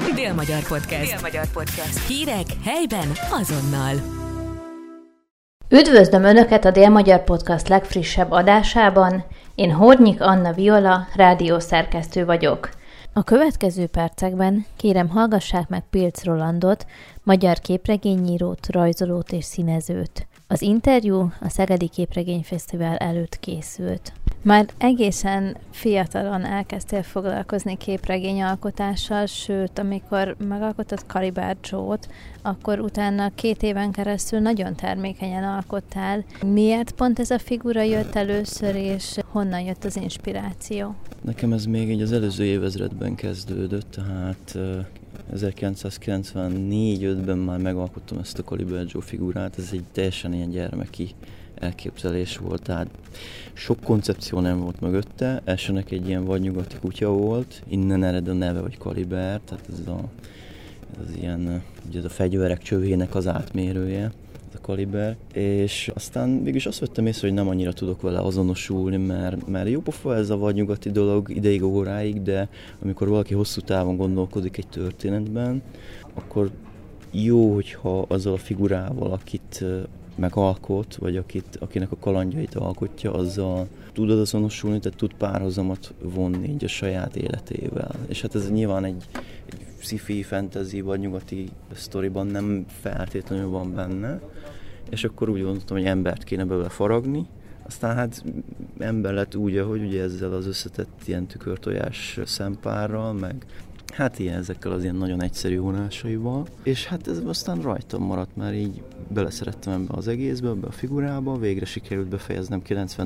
Dél-Magyar Podcast. Dél-Magyar Podcast. Hírek helyben azonnal. Üdvözlöm Önöket a Dél-Magyar Podcast legfrissebb adásában. Én Hornyik Anna Viola, rádiószerkesztő vagyok. A következő percekben kérem hallgassák meg Pilc Rolandot, magyar képregényírót, rajzolót és színezőt. Az interjú a Szegedi Képregényfesztivál előtt készült. Már egészen fiatalon elkezdtél foglalkozni képregényalkotással, sőt, amikor megalkottad Kalibár Joe-t, akkor utána 2 éven keresztül nagyon termékenyen alkottál. Miért pont ez a figura jött először, és honnan jött az inspiráció? Nekem ez még így az előző évezredben kezdődött, tehát 1994-5-ben már megalkottam ezt a Kalibár Joe figurát, ez egy teljesen ilyen gyermeki elképzelés volt, tehát sok koncepció nem volt mögötte, elsőnek egy ilyen vadnyugati kutya volt, innen ered a neve, vagy Kalibár, tehát ez ilyen, ugye ez a fegyverek csövének az átmérője, ez a Kalibár, és aztán végülis azt vettem észre, hogy nem annyira tudok vele azonosulni, mert jó pofa ez a vadnyugati dolog ideig, óráig, de amikor valaki hosszú távon gondolkodik egy történetben, akkor jó, hogyha azzal a figurával, akit megalkot, vagy akinek a kalandjait alkotja, azzal tud azonosulni, tehát tud párhuzamot vonni így a saját életével. És hát ez nyilván egy sci-fi, fantasy vagy nyugati sztoriban nem feltétlenül van benne, és akkor úgy gondoltam, hogy embert kéne belőle faragni, aztán hát ember lett úgy, ahogy ugye ezzel az összetett ilyen tükörtojás szempárral, meg hát ilyen ezekkel az ilyen nagyon egyszerű vonásaival, és hát ez aztán rajtam maradt, mert így beleszerettem ebbe az egészbe, ebbe a figurába, végre sikerült befejeznem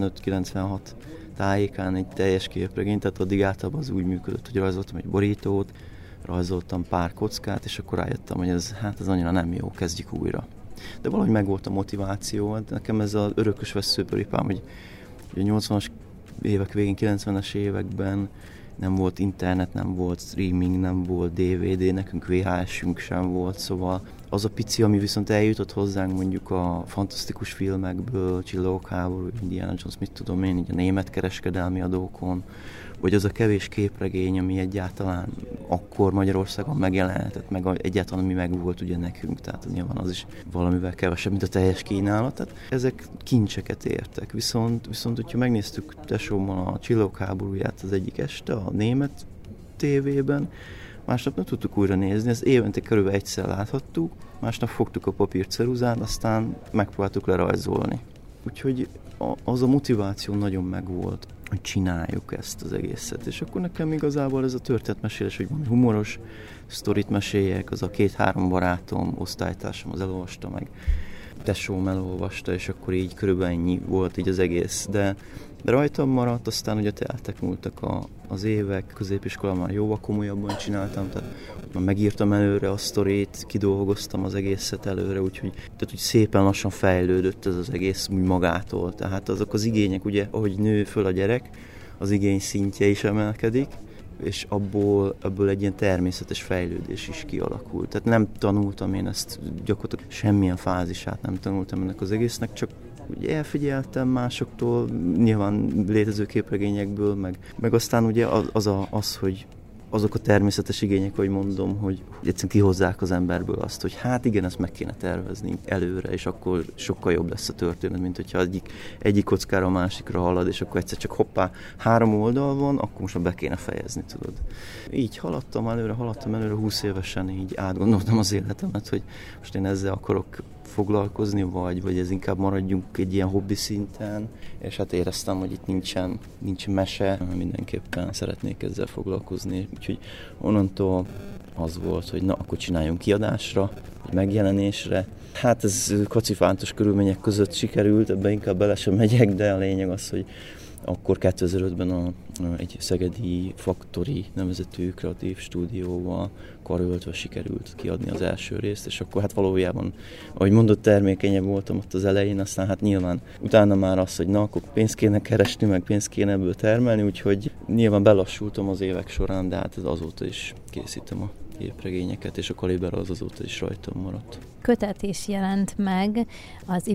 95-96 tájékán egy teljes képregényt, tehát addig általában az úgy működött, hogy rajzoltam egy borítót, rajzoltam pár kockát, és akkor rájöttem, hogy ez annyira nem jó, kezdjük újra. De valahogy megvolt a motiváció, nekem ez az örökös veszőparipám, hogy a 80-as évek végén, 90-es években nem volt internet, nem volt streaming, nem volt DVD, nekünk VHS-ünk sem volt, szóval az a pici, ami viszont eljutott hozzánk mondjuk a fantasztikus filmekből, Csillagok háború, Indiana Jones, mit tudom én, így a német kereskedelmi adókon, vagy az a kevés képregény, ami egyáltalán akkor Magyarországon megjelenhetett, meg egyáltalán ami megvolt ugye nekünk, tehát nyilván az is valamivel kevesebb, mint a teljes kínálat, tehát ezek kincseket értek, viszont hogyha megnéztük tesómmal a Csillagok háborúját az egyik este a német tévében, másnap nem tudtuk újra nézni, ezt évente körülbelül egyszer láthattuk, másnap fogtuk a papírceruzát, aztán megpróbáltuk lerajzolni. Úgyhogy az a motiváció nagyon megvolt, hogy csináljuk ezt az egészet. És akkor nekem igazából ez a történetmesélés, hogy valami humoros sztorit meséljek, az a 2-3 barátom, osztálytársam az elolvasta, meg tesóm elolvasta, és akkor így körülbelül ennyi volt így az egész. De rajtam maradt, aztán ugye múltak az évek, középiskolában már jóval komolyabban csináltam, tehát már megírtam előre a sztorit, kidolgoztam az egészet előre, úgyhogy szépen lassan fejlődött ez az egész úgy magától. Tehát azok az igények, ugye, ahogy nő föl a gyerek, az igény szintje is emelkedik, és abból egy ilyen természetes fejlődés is kialakult. Tehát nem tanultam én ezt, gyakorlatilag semmilyen fázisát nem tanultam ennek az egésznek, csak ugye elfigyeltem másoktól, nyilván létező képregényekből, meg aztán ugye az, hogy azok a természetes igények, hogy mondom, hogy egyszerűen kihozzák az emberből azt, hogy hát igen, ezt meg kéne tervezni előre, és akkor sokkal jobb lesz a történet, mint hogyha egyik kockára a másikra halad, és akkor egyszer csak hoppá, 3 oldal van, akkor most be kéne fejezni, tudod. Így haladtam előre 20 évesen, így átgondoltam az életemet, hogy most én ezzel akarok foglalkozni, vagy ez inkább maradjunk egy ilyen hobbi szinten, és hát éreztem, hogy itt nincs mese, mindenképpen szeretnék ezzel foglalkozni, úgyhogy onnantól az volt, hogy na, akkor csináljunk kiadásra, vagy megjelenésre. Hát ez kacifántos körülmények között sikerült, ebben inkább bele sem megyek, de a lényeg az, hogy akkor 2005-ben egy szegedi Faktori nevezetű kreatív stúdióval karöltve sikerült kiadni az első részt, és akkor hát valójában, ahogy mondott, termékenyebb voltam ott az elején, aztán hát nyilván utána már az, hogy na, akkor pénzt kéne keresni, meg pénzt kéne ebből termelni, úgyhogy nyilván belassultam az évek során, de hát azóta is készítem a képregényeket, és a Kalibár az azóta is rajtam maradt. Kötet is jelent meg, az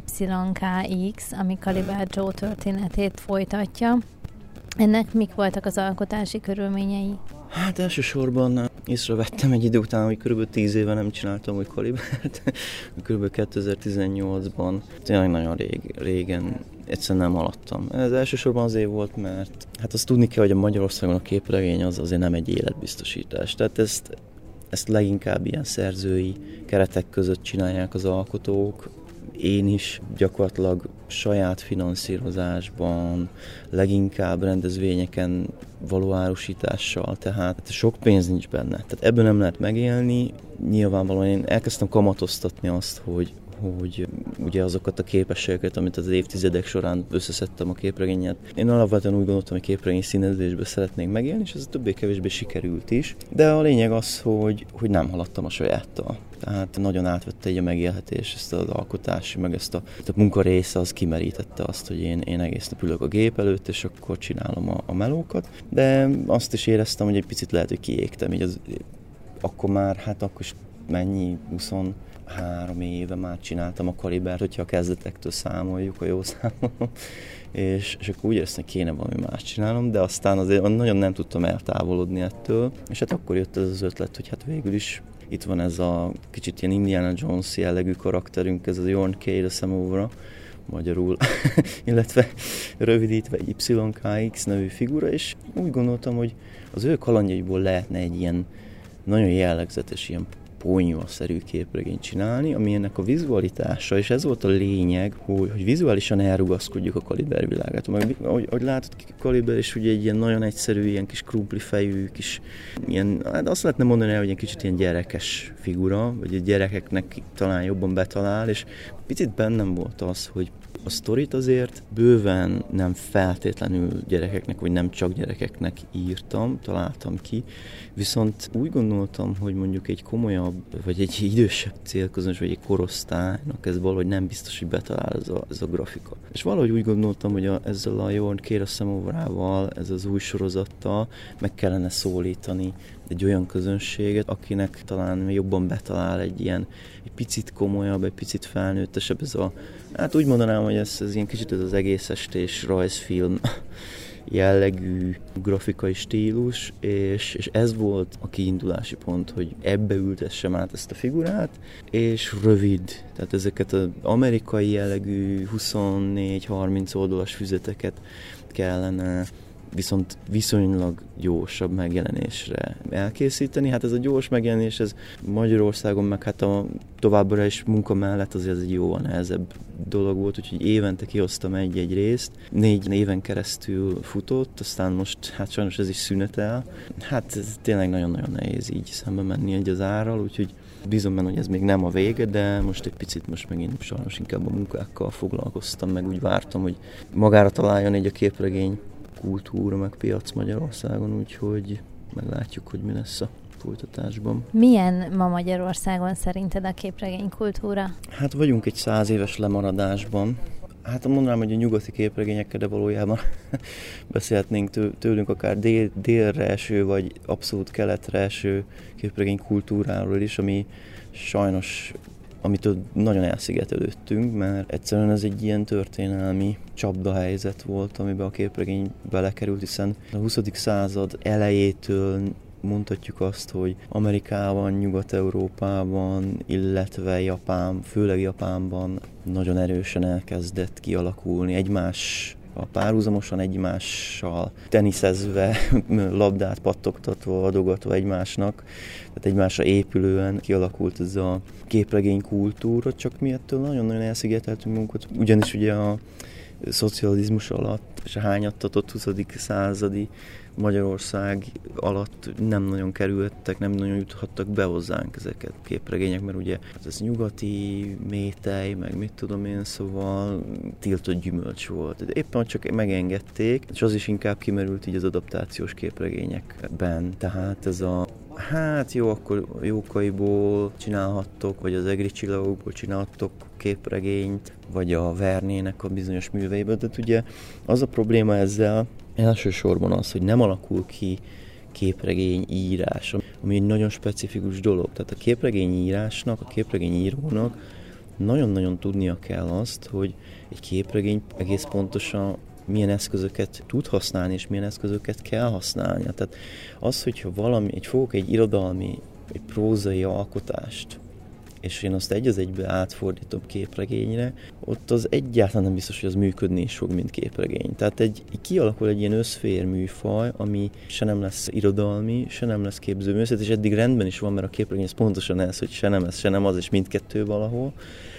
YKX, ami Kalibár Joe történetét folytatja. Ennek mik voltak az alkotási körülményei? Hát elsősorban észrevettem egy idő után, hogy kb. 10 éve nem csináltam új kalibert, kb. 2018-ban, tényleg nagyon régen egyszerűen nem haladtam. Ez elsősorban azért volt, mert hát azt tudni kell, hogy a Magyarországon a képregény az azért nem egy életbiztosítás. Tehát ezt leginkább ilyen szerzői keretek között csinálják az alkotók. Én is gyakorlatilag saját finanszírozásban, leginkább rendezvényeken való árusítással, tehát sok pénz nincs benne. Tehát ebből nem lehet megélni. Nyilvánvalóan én elkezdtem kamatoztatni azt, hogy ugye azokat a képességeket, amit az évtizedek során összeszedtem a képregényet. Én alapvetően úgy gondoltam, hogy képregény színezésből szeretnék megélni, és ez többé-kevésbé sikerült is. De a lényeg az, hogy nem haladtam a sajáttal. Tehát nagyon átvette egy a megélhetés, ezt az alkotási, meg ezt a munka része, az kimerítette azt, hogy én egész nap ülök a gép előtt, és akkor csinálom a melókat. De azt is éreztem, hogy egy picit lehet, hogy kiégtem, így akkor is mennyi, 23 éve már csináltam a kalibert, hogyha a kezdetektől számoljuk, a jó számolom, és akkor úgy éreztem, hogy kéne valami más csinálnom, de aztán azért nagyon nem tudtam eltávolodni ettől, és hát akkor jött ez az ötlet, hogy hát végül is itt van ez a kicsit ilyen Indiana Jones jellegű karakterünk, ez a Jorn Cade Samovra, magyarul, illetve rövidítve egy YKX nevű figura, és úgy gondoltam, hogy az ő kalandjaiból lehetne egy ilyen nagyon jellegzetes, ilyen ponyva-szerű képregényt csinálni, ami ennek a vizualitása, és ez volt a lényeg, hogy vizuálisan elrugaszkodjuk a Kaliber világát. Ahogy látod, Kaliber is ugye egy ilyen nagyon egyszerű, ilyen kis krumplifejű, kis ilyen, hát azt lehetne mondani, hogy egy kicsit ilyen gyerekes figura, vagy a gyerekeknek talán jobban betalál, és picit bennem volt az, hogy a sztorit azért bőven nem feltétlenül gyerekeknek, vagy nem csak gyerekeknek találtam ki, viszont úgy gondoltam, hogy mondjuk egy komolyabb, vagy egy idősebb célközönség, vagy egy korosztálynak ez valahogy nem biztos, hogy betalál ez a grafika. És valahogy úgy gondoltam, hogy ezzel a Jorn Cade Samovrával, ez az új sorozattal meg kellene szólítani egy olyan közönséget, akinek talán jobban betalál egy picit komolyabb, egy picit felnőttesebb, hát úgy mondanám, hogy ez ilyen kicsit ez az egész estés rajzfilm jellegű grafikai stílus, és ez volt a kiindulási pont, hogy ebbe ültessem át ezt a figurát, és rövid, tehát ezeket az amerikai jellegű 24-30 oldalas füzeteket kellene viszont viszonylag gyorsabb megjelenésre elkészíteni. Hát ez a gyors megjelenés, ez Magyarországon meg hát továbbra is munka mellett azért ez egy jóval nehezebb dolog volt, úgyhogy évente kihoztam egy részt. 4 éven keresztül futott, aztán most hát sajnos ez is szünetel. Hát ez tényleg nagyon-nagyon nehéz így szembe menni az árral, úgyhogy bízom benne, hogy ez még nem a vége, de most megint sajnos inkább a munkákkal foglalkoztam, meg úgy vártam, hogy magára találjon egy a képregény kultúra, meg piac Magyarországon, úgyhogy meglátjuk, hogy mi lesz a folytatásban. Milyen ma Magyarországon szerinted a képregény kultúra? Hát vagyunk egy 100 éves lemaradásban. Hát mondanám, hogy a nyugati képregényekkel, de valójában beszélhetnénk tőlünk akár délre eső, vagy abszolút keletre eső képregény kultúráról is, ami sajnos amitől nagyon elszigetelődtünk, mert egyszerűen ez egy ilyen történelmi csapdahelyzet volt, amiben a képregény belekerült, hiszen a 20. század elejétől mondhatjuk azt, hogy Amerikában, Nyugat-Európában, illetve főleg Japánban nagyon erősen elkezdett kialakulni párhuzamosan egymással teniszezve, labdát pattogtatva, adogatva egymásnak, tehát egymásra épülően kialakult ez a képregény kultúra, csak mi ettől nagyon-nagyon elszigeteltünk magunkat, ugyanis ugye a szocializmus alatt és a hányattatott 20. századi Magyarország alatt nem nagyon kerültek, nem nagyon juthattak be hozzánk ezeket a képregények, mert ugye ez nyugati métej, meg mit tudom én, szóval tiltott gyümölcs volt. Éppen csak megengedték, és az is inkább kimerült így az adaptációs képregényekben. Tehát ez akkor Jókaiból csinálhattok, vagy az egri csillagokból csinálhattok képregényt, vagy a Vernének a bizonyos műveiből, de ugye az a probléma ezzel elsősorban az, hogy nem alakul ki képregény írás, ami egy nagyon specifikus dolog. Tehát a képregény írásnak, a képregény írónak nagyon-nagyon tudnia kell azt, hogy egy képregény egész pontosan milyen eszközöket tud használni, és milyen eszközöket kell használni. Tehát az, hogyha fogok egy irodalmi, egy prózai alkotást, és én azt egy az egybe átfordítom képregényre, ott az egyáltalán nem biztos, hogy az működni is fog, mint képregény. Tehát kialakul egy ilyen összfér műfaj, ami se nem lesz irodalmi, se nem lesz képzőművészet, és eddig rendben is van, mert a képregény ez pontosan ez, hogy se nem ez, se nem az, és mindkettő valahol.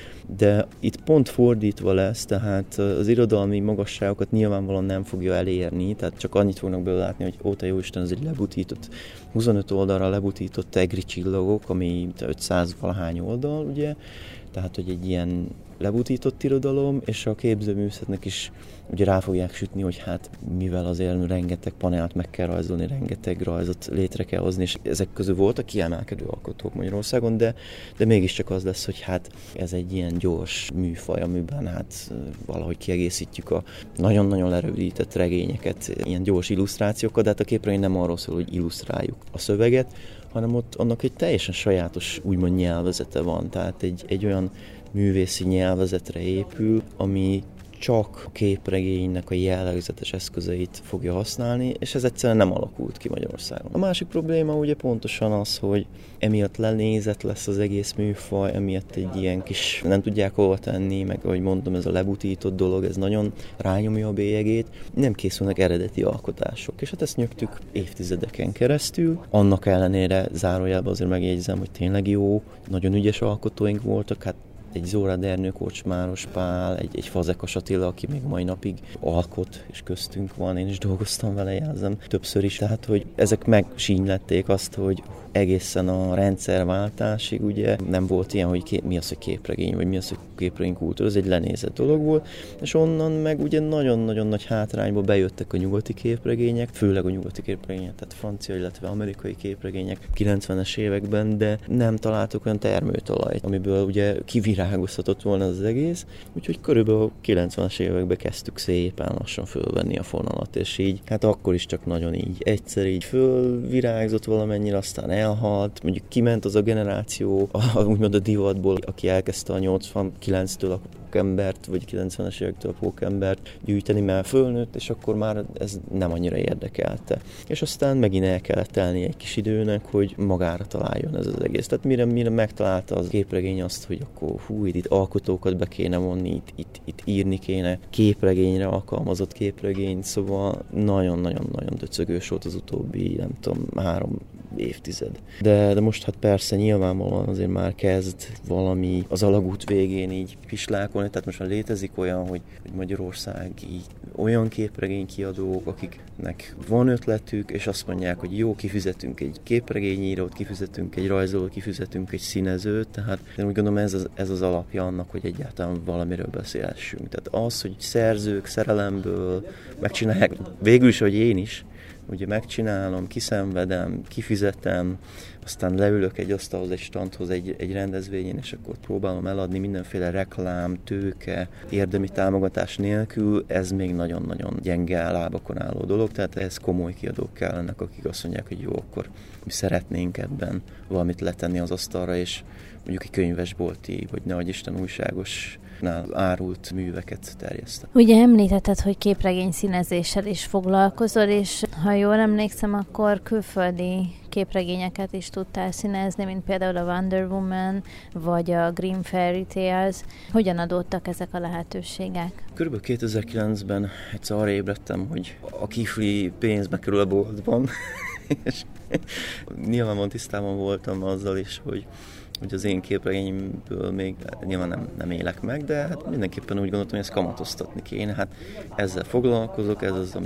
De itt pont fordítva lesz, tehát az irodalmi magasságokat nyilvánvalóan nem fogja elérni, tehát csak annyit fognak belőle látni, hogy ó, te jóisten, ez egy lebutított, 25 oldalra lebutított egri csillagok, ami 500 valahány oldal, ugye, tehát hogy egy ilyen lebutított irodalom, és a képzőművészetnek is ugye rá fogják sütni, hogy hát mivel azért rengeteg panelt meg kell rajzolni, rengeteg rajzot létre kell hozni, és ezek közül voltak kiemelkedő alkotók Magyarországon, de mégiscsak az lesz, hogy hát ez egy ilyen gyors műfaj, amiben hát valahogy kiegészítjük a nagyon-nagyon lerövidített regényeket, ilyen gyors illusztrációkkal, de hát a képregény nem arról szól, hogy illusztráljuk a szöveget, hanem ott annak egy teljesen sajátos úgymond nyelvezete van, tehát egy olyan művészi nyelvezetre épül, ami csak a képregénynek a jellegzetes eszközeit fogja használni, és ez egyszerűen nem alakult ki Magyarországon. A másik probléma ugye pontosan az, hogy emiatt lenézett lesz az egész műfaj, emiatt egy ilyen kis, nem tudják hova tenni, meg ahogy mondom, ez a lebutított dolog, ez nagyon rányomja a bélyegét, nem készülnek eredeti alkotások. És hát ezt nyögtük évtizedeken keresztül. Annak ellenére zárójelben azért megjegyzem, hogy tényleg jó, nagyon ügyes alkotóink voltak, hát egy Zórád Ernő, Kocsmáros Pál, egy Fazekas Attila, aki még mai napig alkot, és köztünk van, én is dolgoztam vele, jelzem többször is. Tehát, hogy ezek megsínylették azt, hogy egészen a rendszerváltásig ugye nem volt ilyen, hogy mi az, hogy képregény, vagy mi az, hogy képregénykultúra, ez egy lenézett dolog volt, és onnan meg ugye nagyon-nagyon nagy hátrányba bejöttek a nyugati képregények, főleg a nyugati képregények, tehát francia, illetve amerikai képregények 90-es években, de nem találtuk olyan termőtalajt, amiből ugye kivirágozhatott volna az egész, úgyhogy körülbelül 90-es években kezdtük szépen lassan fölvenni a fonalat, és így, hát akkor is csak nagyon így egyszer így fölvirágzott valamennyire, aztán elhalt, mondjuk kiment az a generáció, úgymond a divatból, aki elkezdte a 89-től a pókembert, vagy 90-es évektől a pókembert gyűjteni, mert fölnőtt, és akkor már ez nem annyira érdekelte. És aztán megint el kellett telni egy kis időnek, hogy magára találjon ez az egész. Tehát mire megtalálta az képregény azt, hogy akkor itt alkotókat be kéne vonni, itt írni kéne, képregényre alkalmazott képregény, szóval nagyon-nagyon-nagyon döcögős volt az utóbbi, nem tudom, 3 évtized. De most hát persze nyilvánvalóan azért már kezd valami az alagút végén így pislákolni, tehát most már létezik olyan, hogy Magyarország így olyan képregénykiadók, akiknek van ötletük, és azt mondják, hogy jó, kifizetünk egy képregényírót, kifizetünk egy rajzolót, kifizetünk egy színezőt, tehát én úgy gondolom ez az alapja annak, hogy egyáltalán valamiről beszélhessünk. Tehát az, hogy szerzők szerelemből megcsinálják, végül is, hogy én is, ugye megcsinálom, kiszenvedem, kifizetem, aztán leülök egy asztalhoz, egy standhoz, egy rendezvényen, és akkor próbálom eladni mindenféle reklám, tőke, érdemi támogatás nélkül, ez még nagyon-nagyon gyenge lábakon álló dolog, tehát ehhez komoly kiadók kellenek, akik azt mondják, hogy jó, akkor mi szeretnénk ebben valamit letenni az asztalra, és mondjuk egy könyvesbolti, vagy nehogy Isten újságosnál árult műveket terjeszteni. Ugye említetted, hogy képregény színezéssel is foglalkozol, és ha jól emlékszem, akkor külföldi képregényeket is tudtál színezni, mint például a Wonder Woman, vagy a Grimm Fairy Tales. Hogyan adódtak ezek a lehetőségek? Körülbelül 2009-ben egyszer arra ébredtem, hogy a kifli pénzbe kerül a boltban, és nyilvánvalóan tisztában voltam azzal is, hogy az én képregényből még nyilván nem élek meg, de hát mindenképpen úgy gondoltam, hogy ezt kamatoztatni kéne. Hát ezzel foglalkozok, ez az,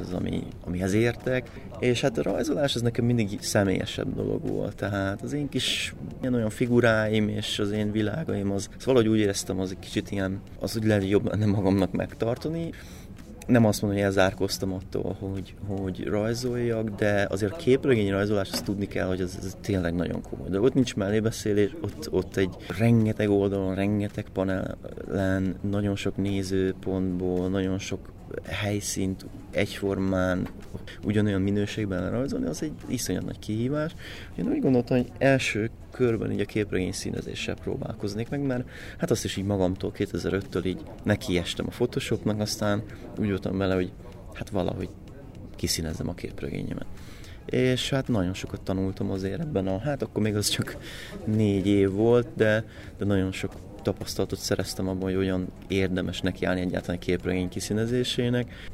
amihez értek, és hát a rajzolás az nekem mindig személyesebb dolog volt. Tehát az én kis olyan figuráim és az én világaim, az valahogy úgy éreztem, az egy kicsit ilyen, az úgy lehet jobb lenne magamnak megtartani. Nem azt mondom, hogy elzárkóztam attól, hogy rajzoljak, de azért a képregény rajzolás, azt tudni kell, hogy ez tényleg nagyon komoly. De ott nincs mellébeszélés, ott egy rengeteg oldalon, rengeteg panelen, nagyon sok nézőpontból, nagyon sok helyszínt egyformán, ugyanolyan minőségben rajzolni, az egy iszonyat nagy kihívás. Én úgy gondoltam, hogy első körben így a képregény színezéssel próbálkoznék meg, mert hát azt is így magamtól 2005-től így nekiestem a Photoshopnak, aztán úgy voltam vele, hogy hát valahogy kiszínezzem a képregényemet. És hát nagyon sokat tanultam azért ebben hát akkor még az csak 4 év volt, de nagyon sok tapasztalatot szereztem abban, hogy olyan érdemes nekiállni egyáltalán a képregény kiszínezésének.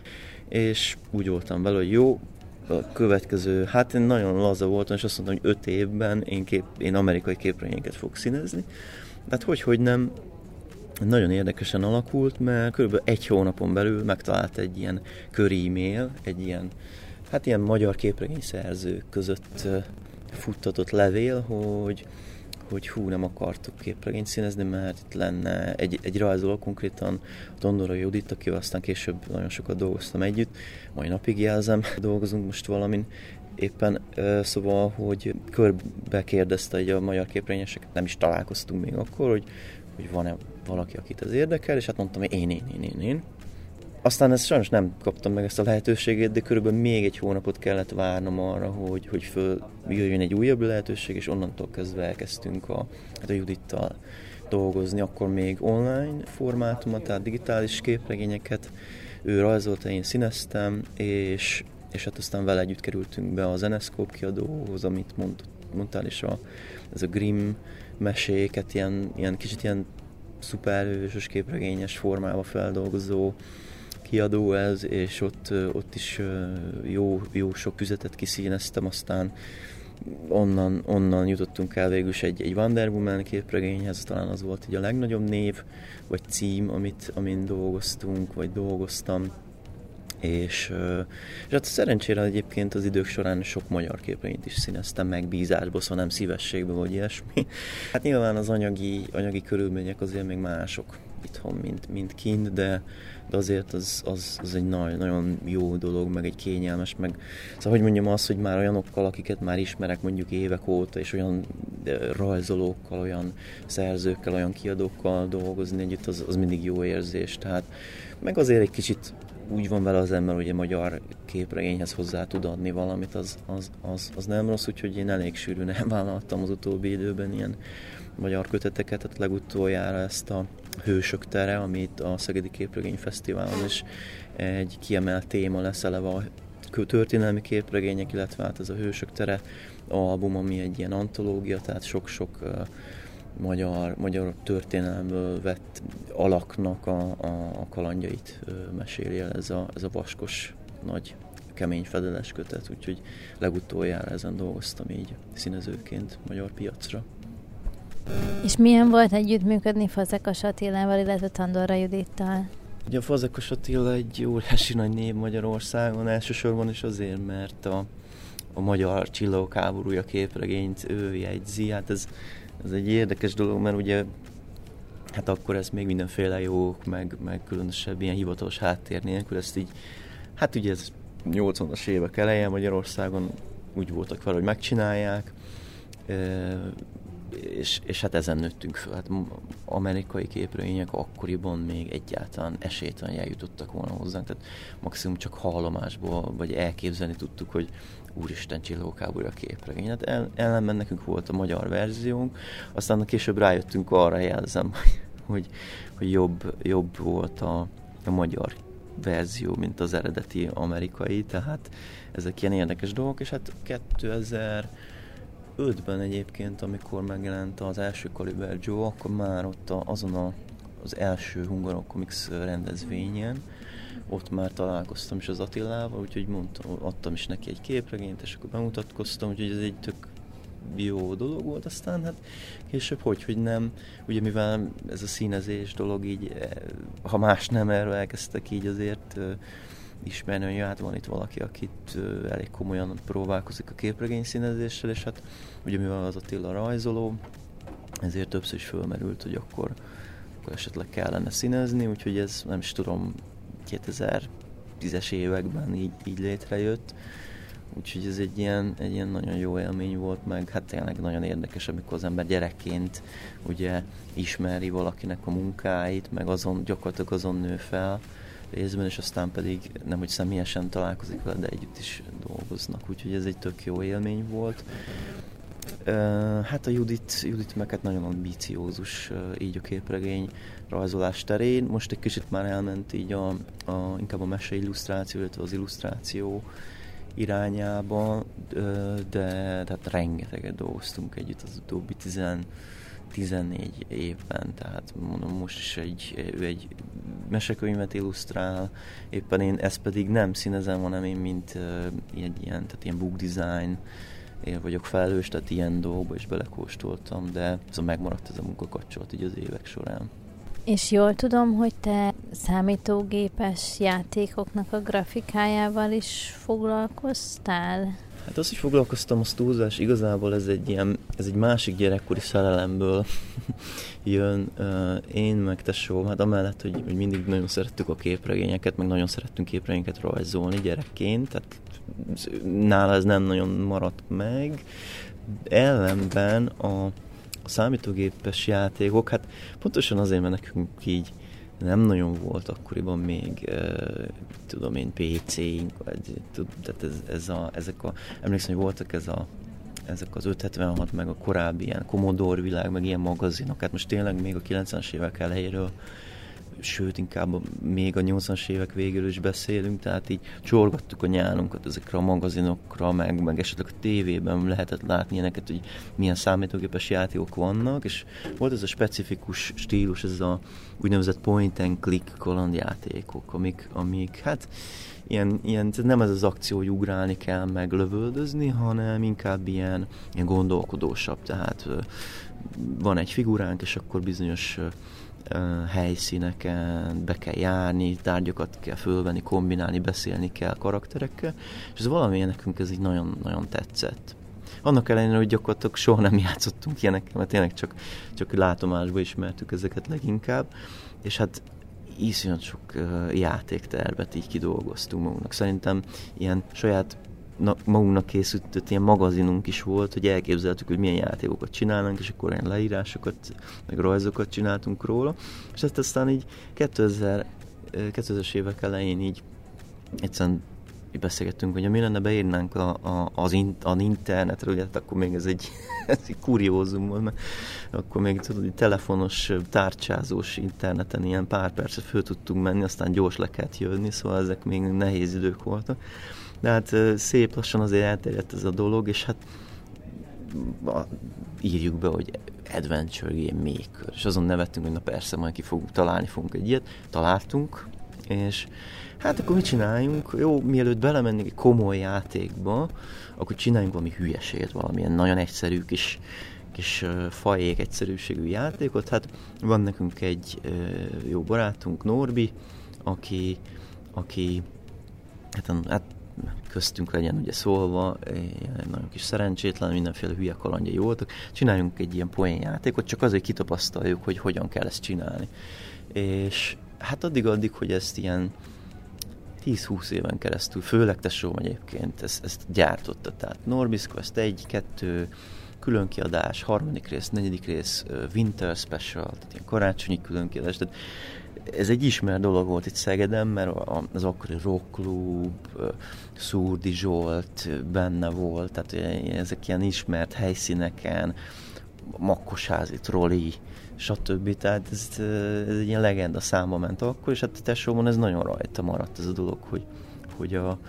És úgy voltam vele, hogy jó, a következő, hát én nagyon laza voltam, és azt mondtam, hogy 5 évben én amerikai képregényeket fogok színezni. Tehát hogy nem, nagyon érdekesen alakult, mert kb. 1 hónapon belül megtalált egy ilyen köri-e-mail, egy ilyen, hát ilyen magyar képregényszerzők között futtatott levél, hogy nem akartuk képregényt színezni, mert itt lenne egy rajzoló, konkrétan Tondorai Judit, akivel aztán később nagyon sokat dolgoztam együtt, mai napig jelzem, dolgozunk most valamin éppen, szóval, hogy körbe kérdezte a magyar képregényeseket, nem is találkoztunk még akkor, hogy van-e valaki, akit ez érdekel, és hát mondtam, hogy én. Aztán ezt sajnos nem kaptam meg ezt a lehetőséget, de körülbelül még 1 hónapot kellett várnom arra, hogy följöjjön egy újabb lehetőség, és onnantól kezdve elkezdtünk a Judittal dolgozni, akkor még online formátumot, tehát digitális képregényeket. Ő rajzolta, én színeztem, és hát aztán vele együtt kerültünk be a Zenescope kiadóhoz, amit mondtál is, ez a Grimm meséket, ilyen kicsit ilyen szuperhősös képregényes formába feldolgozó kiadó ez, és ott is jó sok füzetet kiszíneztem, aztán onnan jutottunk el végül is egy Wonder Woman képregényhez, talán az volt így a legnagyobb név, vagy cím, amin dolgoztunk, vagy dolgoztam. És hát szerencsére egyébként az idők során sok magyar képregényt is színeztem megbízásból, szóval nem szívességből vagy ilyesmi. Hát nyilván az anyagi körülmények azért még mások itthon, mint kint, de azért az egy nagyon jó dolog, meg egy kényelmes, meg szóval hogy mondjam azt, hogy már olyanokkal, akiket már ismerek mondjuk évek óta, és olyan rajzolókkal, olyan szerzőkkel, olyan kiadókkal dolgozni együtt, az mindig jó érzés. Tehát meg azért egy kicsit úgy van vele az ember, hogy egy magyar képregényhez hozzá tud adni valamit, az nem rossz, úgyhogy én elég sűrűn elvállaltam az utóbbi időben ilyen magyar köteteket, tehát legutoljára ezt a Hősök tere, amit a Szegedi Képregényfesztiválon is egy kiemelt téma lesz, eleve a történelmi képregények, illetve hát ez a Hősök tere album, ami egy ilyen antológia, tehát sok-sok magyar történelmből vett alaknak a kalandjait meséli el ez a vaskos, nagy, kemény fedeles kötet, úgyhogy legutoljára ezen dolgoztam így színezőként magyar piacra. És milyen volt együttműködni Fazekas Attilával, illetve Tondorai Judittal? Ugye a Fazekas Attila egy óriási nagy név Magyarországon, elsősorban is azért, mert a magyar Csillagok háborúja képregényt ő jegyzi. Hát ez egy érdekes dolog, mert ugye hát akkor ez még mindenféle jók, meg különösebb ilyen hivatalos háttér nélkül, ezt így, hát ugye ez 80-as évek eleje Magyarországon úgy voltak vele, hogy megcsinálják, és hát ezen nőttünk föl. Hát amerikai képregények akkoriban még egyáltalán esélytelen eljutottak volna hozzánk, tehát maximum csak hallomásból, vagy elképzelni tudtuk, hogy úristen, Csillagok háborúja képregény. Hát ellenben nekünk volt a magyar verziónk, aztán később rájöttünk arra, jelzem, hogy jobb volt a magyar verzió, mint az eredeti amerikai, tehát ezek ilyen érdekes dolgok, és hát 2005-ben egyébként, amikor megjelent az első Kaliber Joe, akkor már ott azon az első Hungarocomics rendezvényen, ott már találkoztam is az Attilával, úgyhogy adtam is neki egy képregényt, és akkor bemutatkoztam, úgyhogy ez egy tök jó dolog volt, aztán hát később hogy nem, ugye mivel ez a színezés dolog így, ha más nem, erről elkezdtek így azért ismerni, hogy hát van itt valaki, akit elég komolyan próbálkozik a képregény színezéssel, és hát ugye mivel az Attila rajzoló, ezért többször is fölmerült, hogy akkor esetleg kellene színezni, úgyhogy ez nem is tudom, 2010-es években így létrejött, úgyhogy ez egy ilyen nagyon jó élmény volt, meg hát tényleg nagyon érdekes, amikor az ember gyerekként ugye ismeri valakinek a munkáit, meg gyakorlatilag azon nő fel, részben, és aztán pedig nem, hogy személyesen találkozik vele, de együtt is dolgoznak, úgyhogy ez egy tök jó élmény volt. Hát a Judit meg hát nagyon ambíciózus így a képregény rajzolás terén. Most egy kicsit már elment így inkább a mese-illusztráció, illetve az illusztráció irányába, de tehát rengeteget dolgoztunk együtt az utóbbi 14 évben, tehát mondom, most is ő egy mesekönyvet illusztrál, éppen én ezt pedig nem színezem, hanem én mint ilyen book design, én vagyok felelős, tehát ilyen dolgokba is belekóstoltam, de szóval megmaradt ez a munkakapcsolat így az évek során. És jól tudom, hogy te számítógépes játékoknak a grafikájával is foglalkoztál? Hát azt, hogy foglalkoztam, az túlzás, igazából ez egy másik gyerekkori szerelemből jön. Én meg tesóm, hát amellett, hogy mindig nagyon szerettük a képregényeket, meg nagyon szerettünk képregényeket rajzolni gyerekként, tehát nála ez nem nagyon maradt meg. Ellenben a számítógépes játékok, hát pontosan azért, mert nekünk így nem nagyon volt akkoriban még, tudom én, PC-ink, emlékszem, hogy voltak ezek az 576, meg a korábbi ilyen Commodore világ, meg ilyen magazinok, hát most tényleg még a 90-es évek elejéről, sőt, inkább még a 80-as évek végéről is beszélünk, tehát így csorgattuk a nyálunkat ezekre a magazinokra, meg esetleg a tévében lehetett látni ilyeneket, hogy milyen számítógépes játékok vannak, és volt ez a specifikus stílus, ez a úgynevezett point and click kalandjátékok, amik hát ilyen, nem ez az akció, hogy ugrálni kell, meg lövöldözni, hanem inkább ilyen gondolkodósabb, tehát van egy figuránk, és akkor bizonyos helyszíneken be kell járni, tárgyakat kell fölvenni, kombinálni, beszélni kell karakterekkel, és ez valamilyen nekünk ez így nagyon-nagyon tetszett. Annak ellenére, hogy gyakorlatilag soha nem játszottunk ilyenekkel, mert tényleg csak látomásba ismertük ezeket leginkább, és hát iszonyat sok játéktervet így kidolgoztunk magunknak. Szerintem ilyen saját magunknak készített ilyen magazinunk is volt, hogy elképzeltük, hogy milyen játékokat csinálnánk, és akkor ilyen leírásokat, meg rajzokat csináltunk róla. És ezt aztán így 2000-es évek elején így egyszerűen beszélgettünk, hogy mi lenne, beírnánk az internetre, ugye, akkor még ez egy kuriózum volt, mert akkor még tudod, telefonos, tárcsázós interneten ilyen pár percet föl tudtunk menni, aztán gyors le kellett jönni, szóval ezek még nehéz idők voltak. De hát szép lassan azért elterjedt ez a dolog, és hát írjuk be, hogy Adventure Game Maker, és azon nevettünk, hogy na persze, majd találni fogunk egy ilyet. Találtunk, és hát akkor mit csináljunk? Jó, mielőtt belemennénk egy komoly játékba, akkor csináljunk valami hülyeséget, valamilyen nagyon egyszerű kis fajék egyszerűségű játékot. Hát van nekünk egy jó barátunk, Norbi, aki hát köztünk legyen ugye szólva, nagyon kis szerencsétlen, mindenféle hülye kalandjai voltak. Csináljunk egy ilyen poénjátékot, csak azért kitapasztaljuk, hogy hogyan kell ezt csinálni. És hát addig, hogy ezt ilyen 10-20 éven keresztül, főleg tesóm egyébként ezt gyártotta. Tehát Norbisz Quest 1, 2, különkiadás, 3. rész, 4. rész, Winter Special, tehát ilyen karácsonyi különkiadás. Tehát ez egy ismert dolog volt itt Szegeden, mert az akkori Rock Club, Szurdi Zsolt benne volt, tehát ezek ilyen ismert helyszíneken, Makkosházi Troli, stb. Tehát ez egy ilyen legenda számba ment akkor, és hát a tesómon ez nagyon rajta maradt ez a dolog, hogy a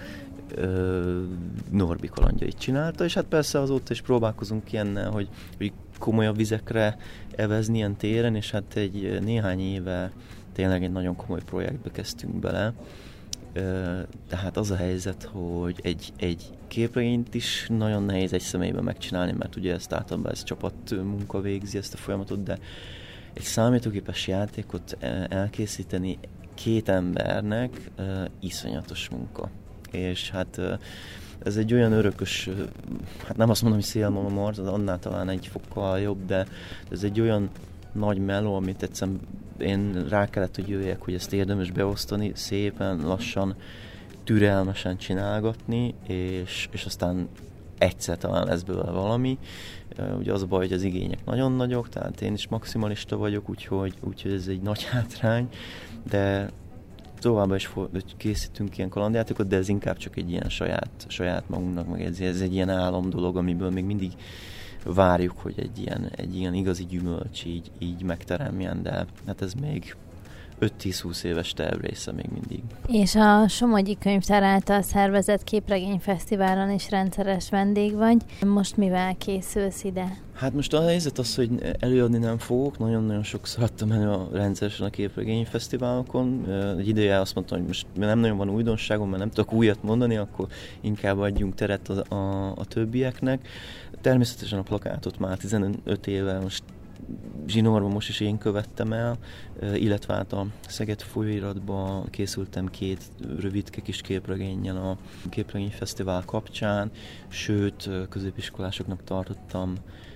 Norbi kalandjait csinálta, és hát persze azóta is próbálkozunk ilyennel, hogy komolyabb vizekre evezni ilyen téren, és hát egy néhány éve tényleg egy nagyon komoly projektbe kezdtünk bele. Tehát az a helyzet, hogy egy képregényt is nagyon nehéz egy személyben megcsinálni, mert ugye ezt általában ez csapat munka végzi ezt a folyamatot, de egy számítógépes játékot elkészíteni 2 embernek iszonyatos munka. És hát ez egy olyan örökös, hát nem azt mondom, hogy szélmalom, annál talán egy fokkal jobb, de ez egy olyan nagy meló, amit egyszerűen én rá kellett, hogy jöjjek, hogy ezt érdemes beosztani, szépen, lassan, türelmesen csinálgatni, és aztán egyszer talán lesz belőle valami. Ugye az a baj, hogy az igények nagyon nagyok, tehát én is maximalista vagyok, úgyhogy ez egy nagy hátrány, de továbbá is készítünk ilyen kalandjátékot, de ez inkább csak egy ilyen saját magunknak, meg ez egy ilyen álom dolog, amiből még mindig várjuk, hogy egy ilyen igazi gyümölcs így megteremjen, de hát ez még 5-10-20 éves terv része még mindig. És a Somogyi Könyvtár által szervezett képregényfesztiválon is rendszeres vendég vagy. Most mivel készülsz ide? Hát most a helyzet az, hogy előadni nem fogok. Nagyon-nagyon sokszor adtam elő rendszeresen a képregényfesztiválokon. Egy ideje azt mondtam, hogy most nem nagyon van újdonságom, mert nem tudok újat mondani, akkor inkább adjunk teret a többieknek. Természetesen a plakátot már 15 éve most zsinórban most is én követtem el, illetve hát a Szeged folyóiratban készültem 2 rövidke kis képregénnyel a képregényfesztivál kapcsán, sőt középiskolásoknak tartottam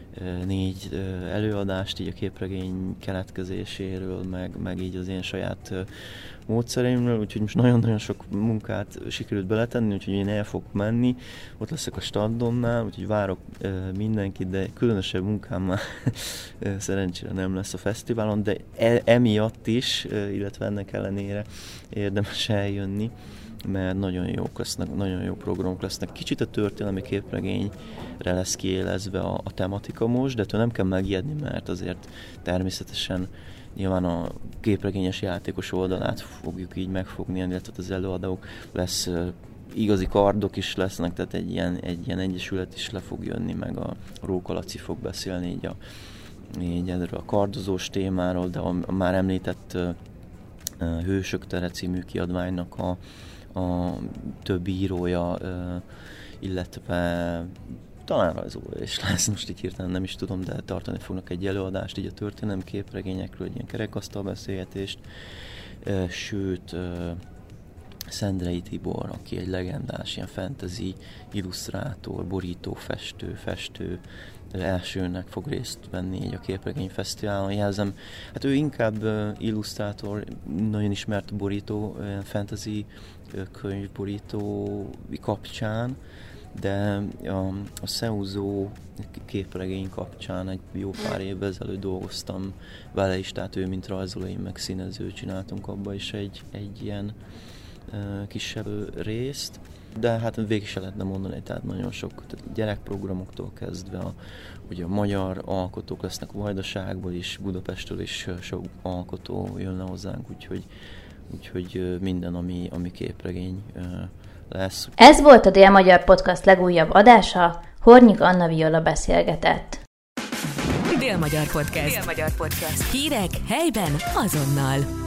4 előadást így a képregény keletkezéséről, meg így az én saját módszereimről, úgyhogy most nagyon-nagyon sok munkát sikerült beletenni, úgyhogy én el fogok menni, ott leszek a Stadonnál, úgyhogy várok mindenkit, de különösebb munkám már szerencsére nem lesz a fesztiválon, de emiatt is, illetve ennek ellenére érdemes eljönni, mert nagyon jók lesznek, nagyon jó programok lesznek. Kicsit a történelmi képregényre lesz kiélezve a tematika most, de nem kell megijedni, mert azért természetesen nyilván a képregényes játékos oldalát fogjuk így megfogni, illetve az előadók lesz, igazi kardok is lesznek, tehát egy ilyen egyesület is le fog jönni, meg a Róka Laci fog beszélni így erről a kardozós témáról, de a már említett Hősök tere című kiadványnak a több írója, illetve talán rajzoló is lesz, most így hirtelen nem is tudom, de tartani fognak egy előadást így a történelmi képregényekről, egy ilyen kerekasztal beszélgetést, sőt Szendrei Tibor, aki egy legendás ilyen fantasy illusztrátor, borító, festő, elsőnek fog részt venni így a képregényfesztiválon. Jelzem, hát ő inkább illusztrátor, nagyon ismert borító, fantasy könyvborító kapcsán, de a Szeuzó képregény kapcsán egy jó pár évvel ezelőtt dolgoztam vele is, tehát ő mint rajzoló, én meg színező, csináltunk abba is egy ilyen kisebb részt, de hát végig se lehetne mondani, tehát nagyon sok gyerekprogramoktól kezdve, ugye a magyar alkotók lesznek Vajdaságból is, Budapestről is sok alkotó jönne hozzánk, úgyhogy minden, ami képregény lesz. Ez volt a Dél-Magyar Podcast legújabb adása, Hornyik Anna Viola beszélgetett. Dél-Magyar Podcast. Hírek helyben azonnal.